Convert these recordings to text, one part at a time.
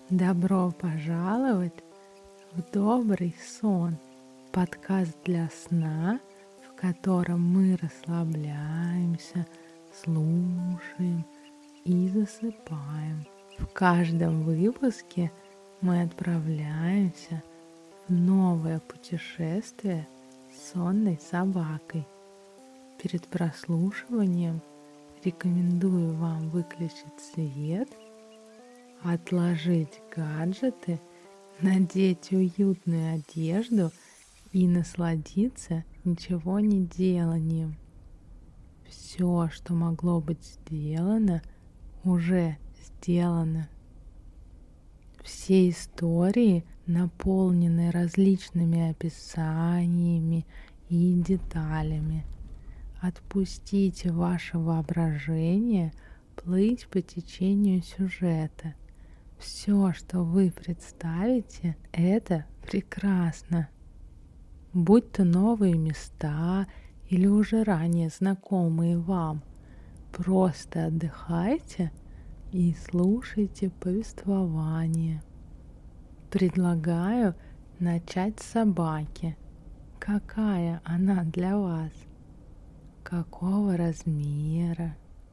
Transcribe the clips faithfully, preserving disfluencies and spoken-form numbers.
Добро пожаловать в добрый сон, подкаст для сна, в котором мы расслабляемся, слушаем и засыпаем. В каждом выпуске мы отправляемся в новое путешествие с сонной собакой. Перед прослушиванием рекомендую вам выключить свет, отложить гаджеты, надеть уютную одежду и насладиться ничего не деланием. Все, что могло быть сделано, уже сделано. Все истории наполнены различными описаниями и деталями. Отпустите ваше воображение плыть по течению сюжета. Все, что вы представите, это прекрасно. Будь то новые места или уже ранее знакомые вам, просто отдыхайте и слушайте повествование. Предлагаю начать с собаки. Какая она для вас? Какого размера?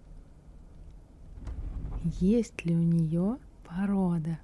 Есть ли у нее порода?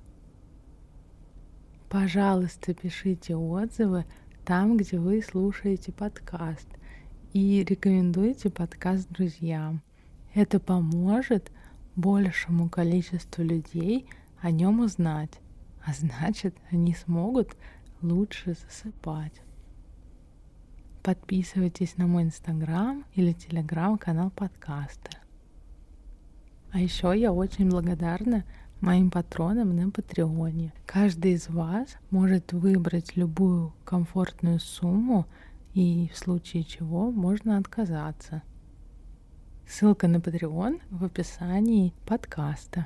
Пожалуйста, пишите отзывы там, где вы слушаете подкаст, и рекомендуйте подкаст друзьям. Это поможет большему количеству людей о нем узнать, а значит, они смогут лучше засыпать. Подписывайтесь на мой инстаграм или телеграм-канал подкаста. А еще я очень благодарна моим патронам на Патреоне. Каждый из вас может выбрать любую комфортную сумму, и в случае чего можно отказаться. Ссылка на Patreon в описании подкаста.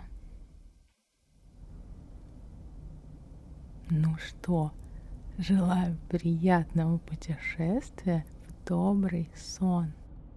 Ну что, желаю приятного путешествия в добрый сон.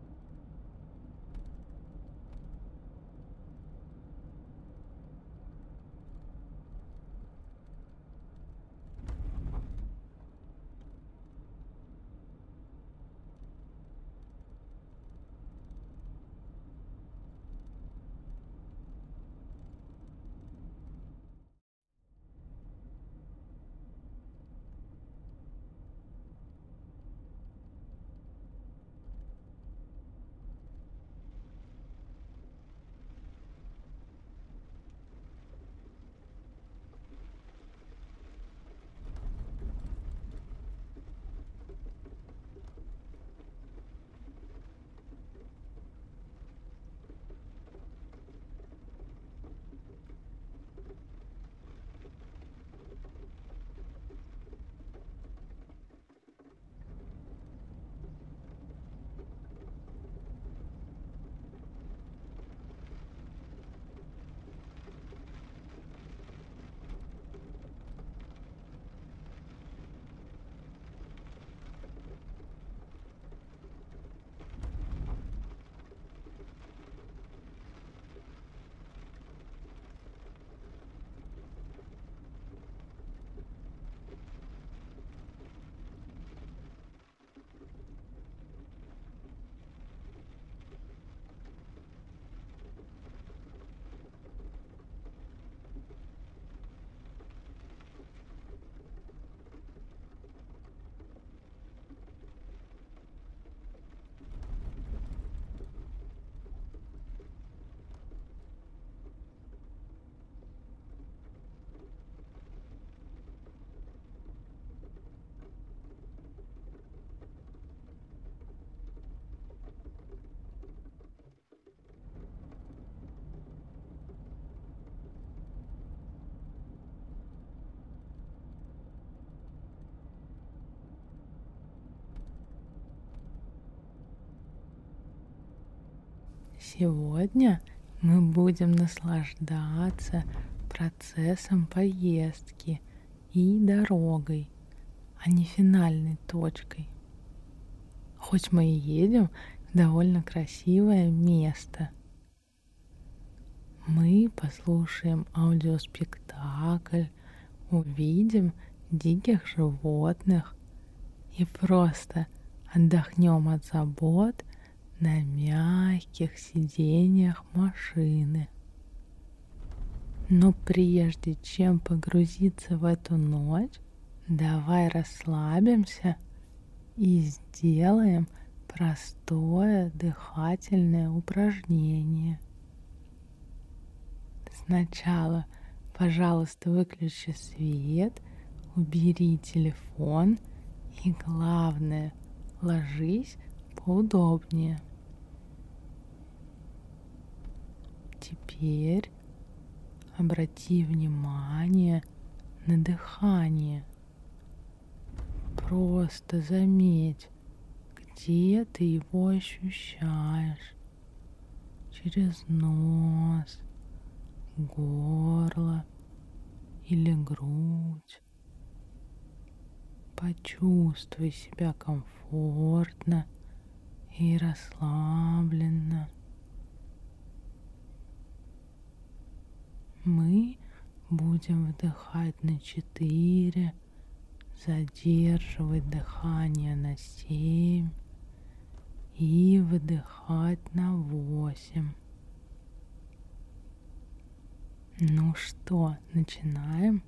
Сегодня мы будем наслаждаться процессом поездки и дорогой, а не финальной точкой. Хоть мы и едем в довольно красивое место. Мы послушаем аудиоспектакль, увидим диких животных и просто отдохнем от забот на мягких сиденьях машины. Но прежде чем погрузиться в эту ночь, давай расслабимся и сделаем простое дыхательное упражнение. Сначала, пожалуйста, выключи свет, убери телефон и, главное, ложись поудобнее. Теперь обрати внимание на дыхание. Просто заметь, где ты его ощущаешь. Через нос, горло или грудь. Почувствуй себя комфортно и расслабленно. Мы будем вдыхать на четыре, задерживать дыхание на семь и выдыхать на восемь. Ну что, начинаем?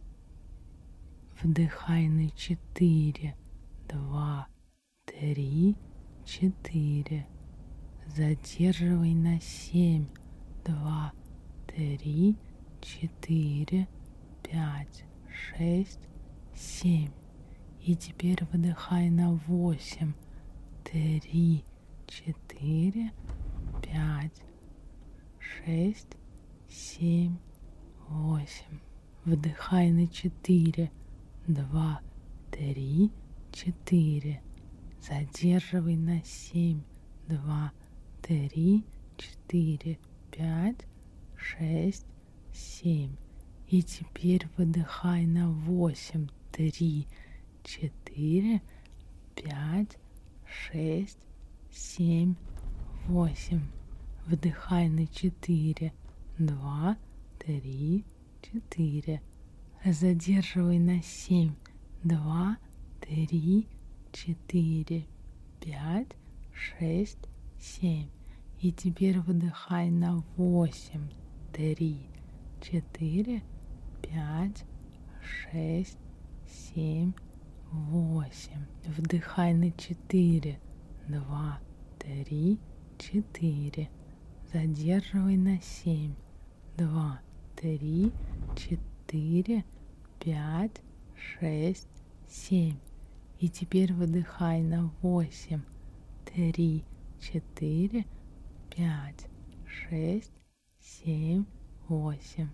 Вдыхай на четыре, два, три, четыре. Задерживай на семь, два, три, четыре, пять, шесть, семь. И теперь выдыхай на восемь, три, четыре, пять, шесть, семь, восемь. Вдыхай на четыре, два, три, четыре. Задерживай на семь, два, три, четыре, пять, шесть, семь. И теперь выдыхай на восемь, три, четыре, пять, шесть, семь, восемь. Вдыхай на четыре, два, три, четыре. Задерживай на семь, два, три, четыре, пять, шесть, семь. И теперь выдыхай на восемь, три, четыре, пять, шесть, семь, восемь. Вдыхай на четыре, два, три, четыре. Задерживай на семь, два, три, четыре, пять, шесть, семь. И теперь выдыхай на восемь, три, четыре, пять, шесть, семь, восемь.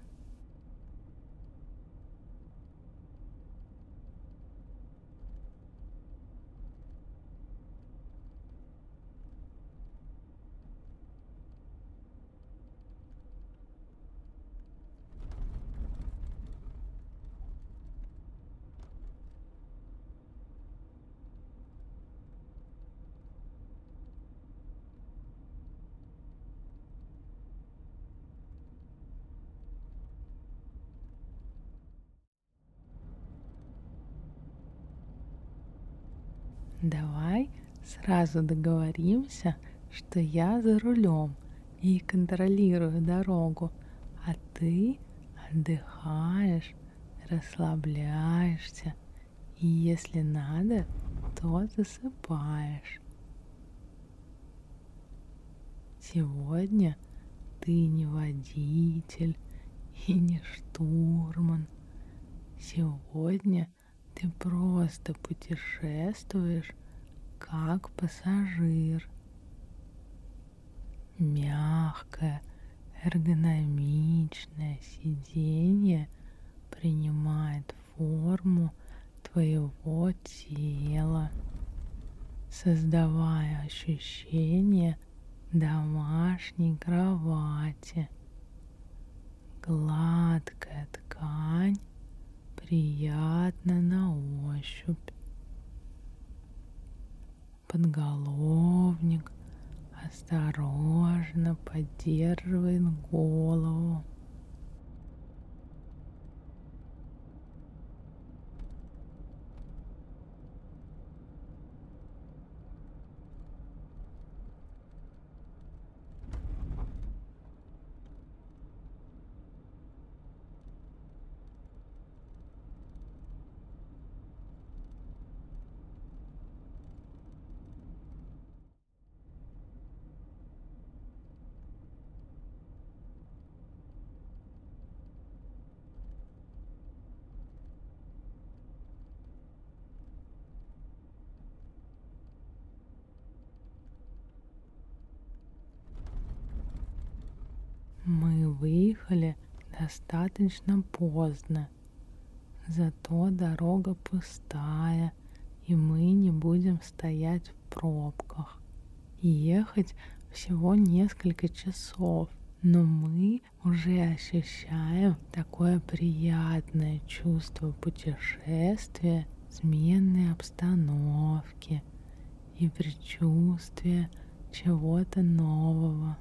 Давай сразу договоримся, что я за рулем и контролирую дорогу, а ты отдыхаешь, расслабляешься и, если надо, то засыпаешь. Сегодня ты не водитель и не штурман. Сегодня ты просто путешествуешь как пассажир. Мягкое, эргономичное сиденье принимает форму твоего тела, создавая ощущение домашней кровати. Гладкая ткань приятна на ощупь. Подголовник осторожно поддерживает голову. Мы выехали достаточно поздно, зато дорога пустая, и мы не будем стоять в пробках. Ехать всего несколько часов, но мы уже ощущаем такое приятное чувство путешествия, сменной обстановки и предчувствие чего-то нового.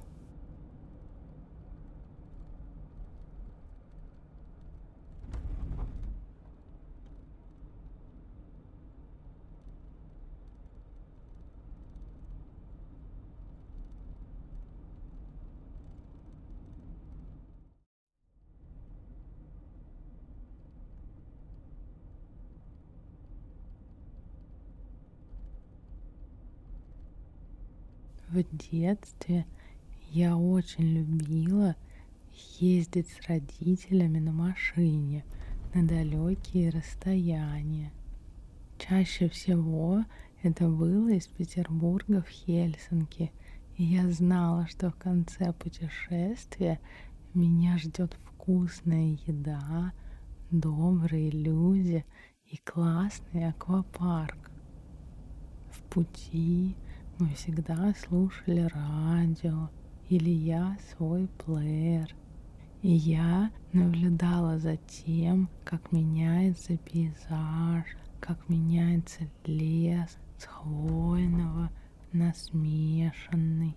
В детстве я очень любила ездить с родителями на машине на далекие расстояния. Чаще всего это было из Петербурга в Хельсинки, и я знала, что в конце путешествия меня ждет вкусная еда, добрые люди и классный аквапарк. В пути мы всегда слушали радио или я свой плеер. И я наблюдала за тем, как меняется пейзаж, как меняется лес с хвойного на смешанный,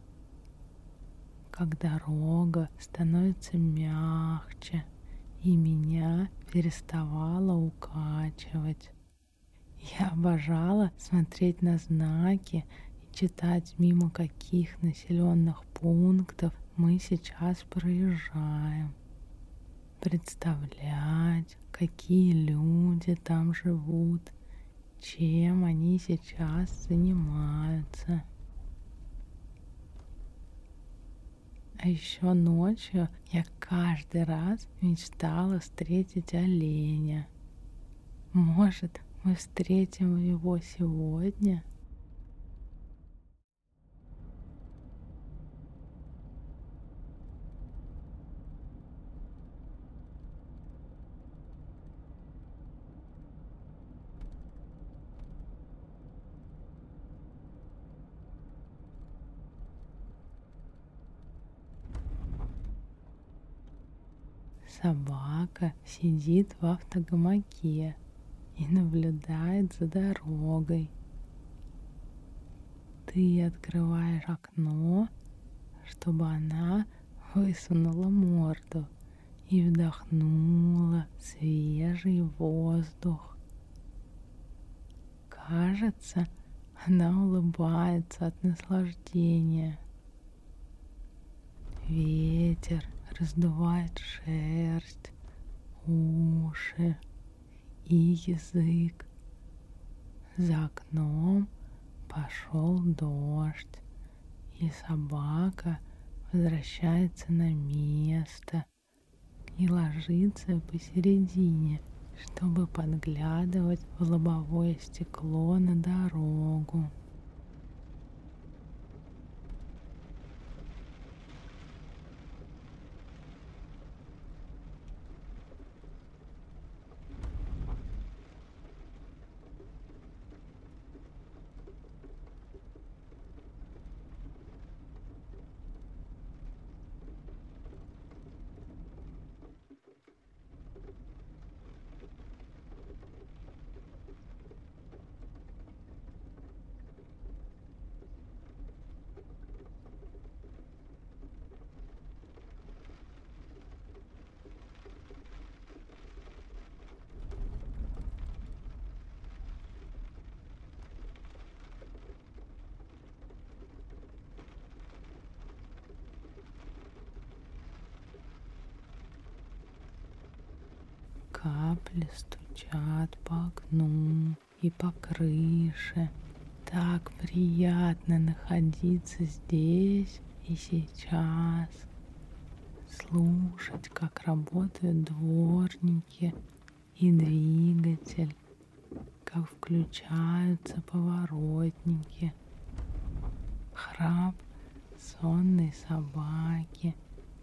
как дорога становится мягче и меня переставала укачивать. Я обожала смотреть на знаки и читать, мимо каких населенных пунктов мы сейчас проезжаем. Представлять, какие люди там живут, чем они сейчас занимаются. А еще ночью я каждый раз мечтала встретить оленя. Может, мы встретим его сегодня? Собака сидит в автогамаке и наблюдает за дорогой. Ты открываешь окно, чтобы она высунула морду и вдохнула свежий воздух. Кажется, она улыбается от наслаждения. Ветер раздувает шерсть, уши и язык. За окном пошел дождь, и собака возвращается на место и ложится посередине, чтобы подглядывать в лобовое стекло на дорогу. Капли стучат по окну и по крыше. Так приятно находиться здесь и сейчас. Слушать, как работают дворники и двигатель, как включаются поворотники, храп сонной собаки.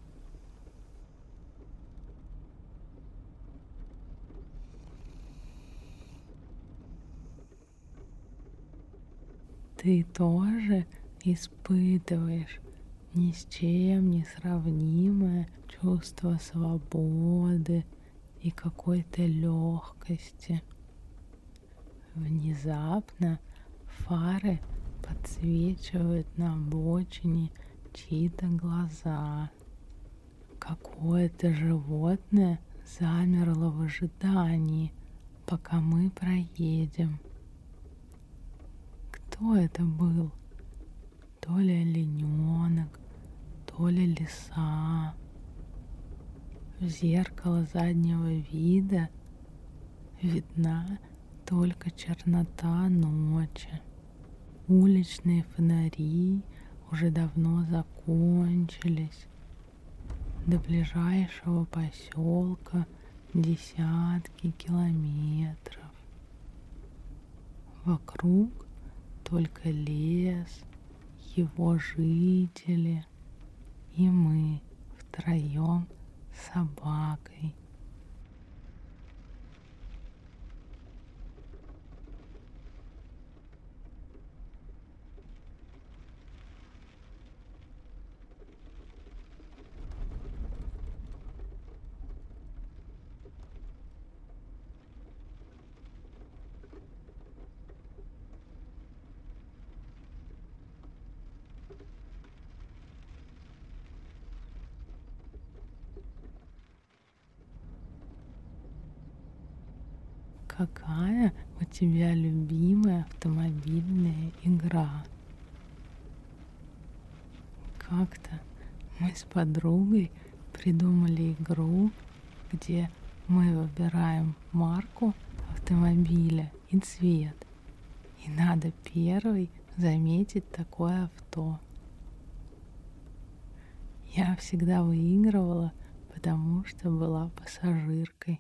Ты тоже испытываешь ни с чем не сравнимое чувство свободы и какой-то легкости. Внезапно фары подсвечивают на обочине чьи-то глаза. Какое-то животное замерло в ожидании, пока мы проедем. Кто это был? То ли олененок, то ли лиса. В зеркало заднего вида видна только чернота ночи. Уличные фонари уже давно закончились. До ближайшего поселка десятки километров. Вокруг только лес, его жители и мы втроем с собакой. Какая у тебя любимая автомобильная игра? Как-то мы с подругой придумали игру, где мы выбираем марку автомобиля и цвет. И надо первый заметить такое авто. Я всегда выигрывала, потому что была пассажиркой.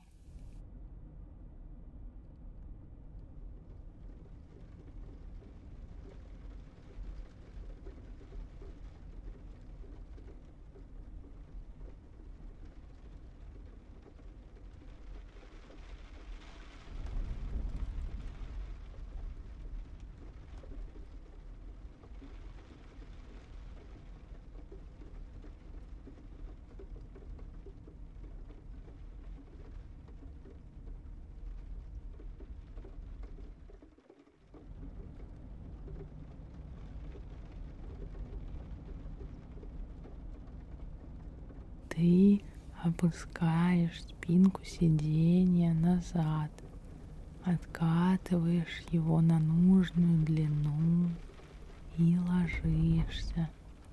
Ты опускаешь спинку сиденья назад, откатываешь его на нужную длину и ложишься.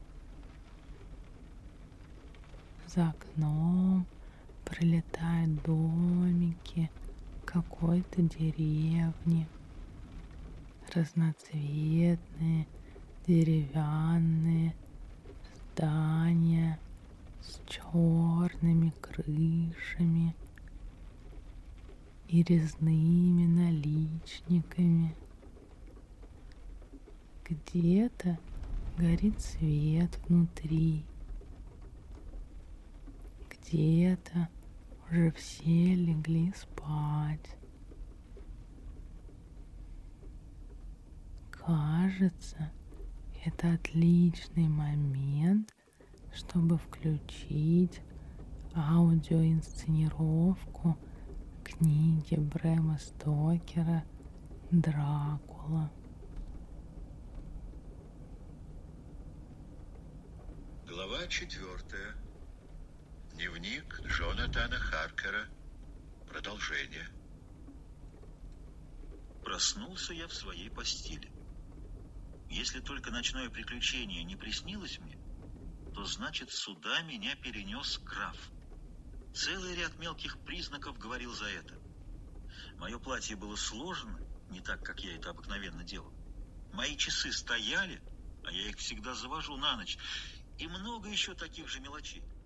За окном пролетают домики какой-то деревни, разноцветные деревянные здания с черными крышами и резными наличниками. Где-то горит свет внутри, где-то уже все легли спать. Кажется, это отличный момент, чтобы включить аудиоинсценировку книги Брэма Стокера «Дракула». Глава четвертая. Дневник Джонатана Харкера. Продолжение. Проснулся я в своей постели. Если только ночное приключение не приснилось мне, то значит, сюда меня перенес граф. Целый ряд мелких признаков говорил за это. Мое платье было сложено, не так, как я это обыкновенно делал. Мои часы стояли, а я их всегда завожу на ночь. И много еще таких же мелочей.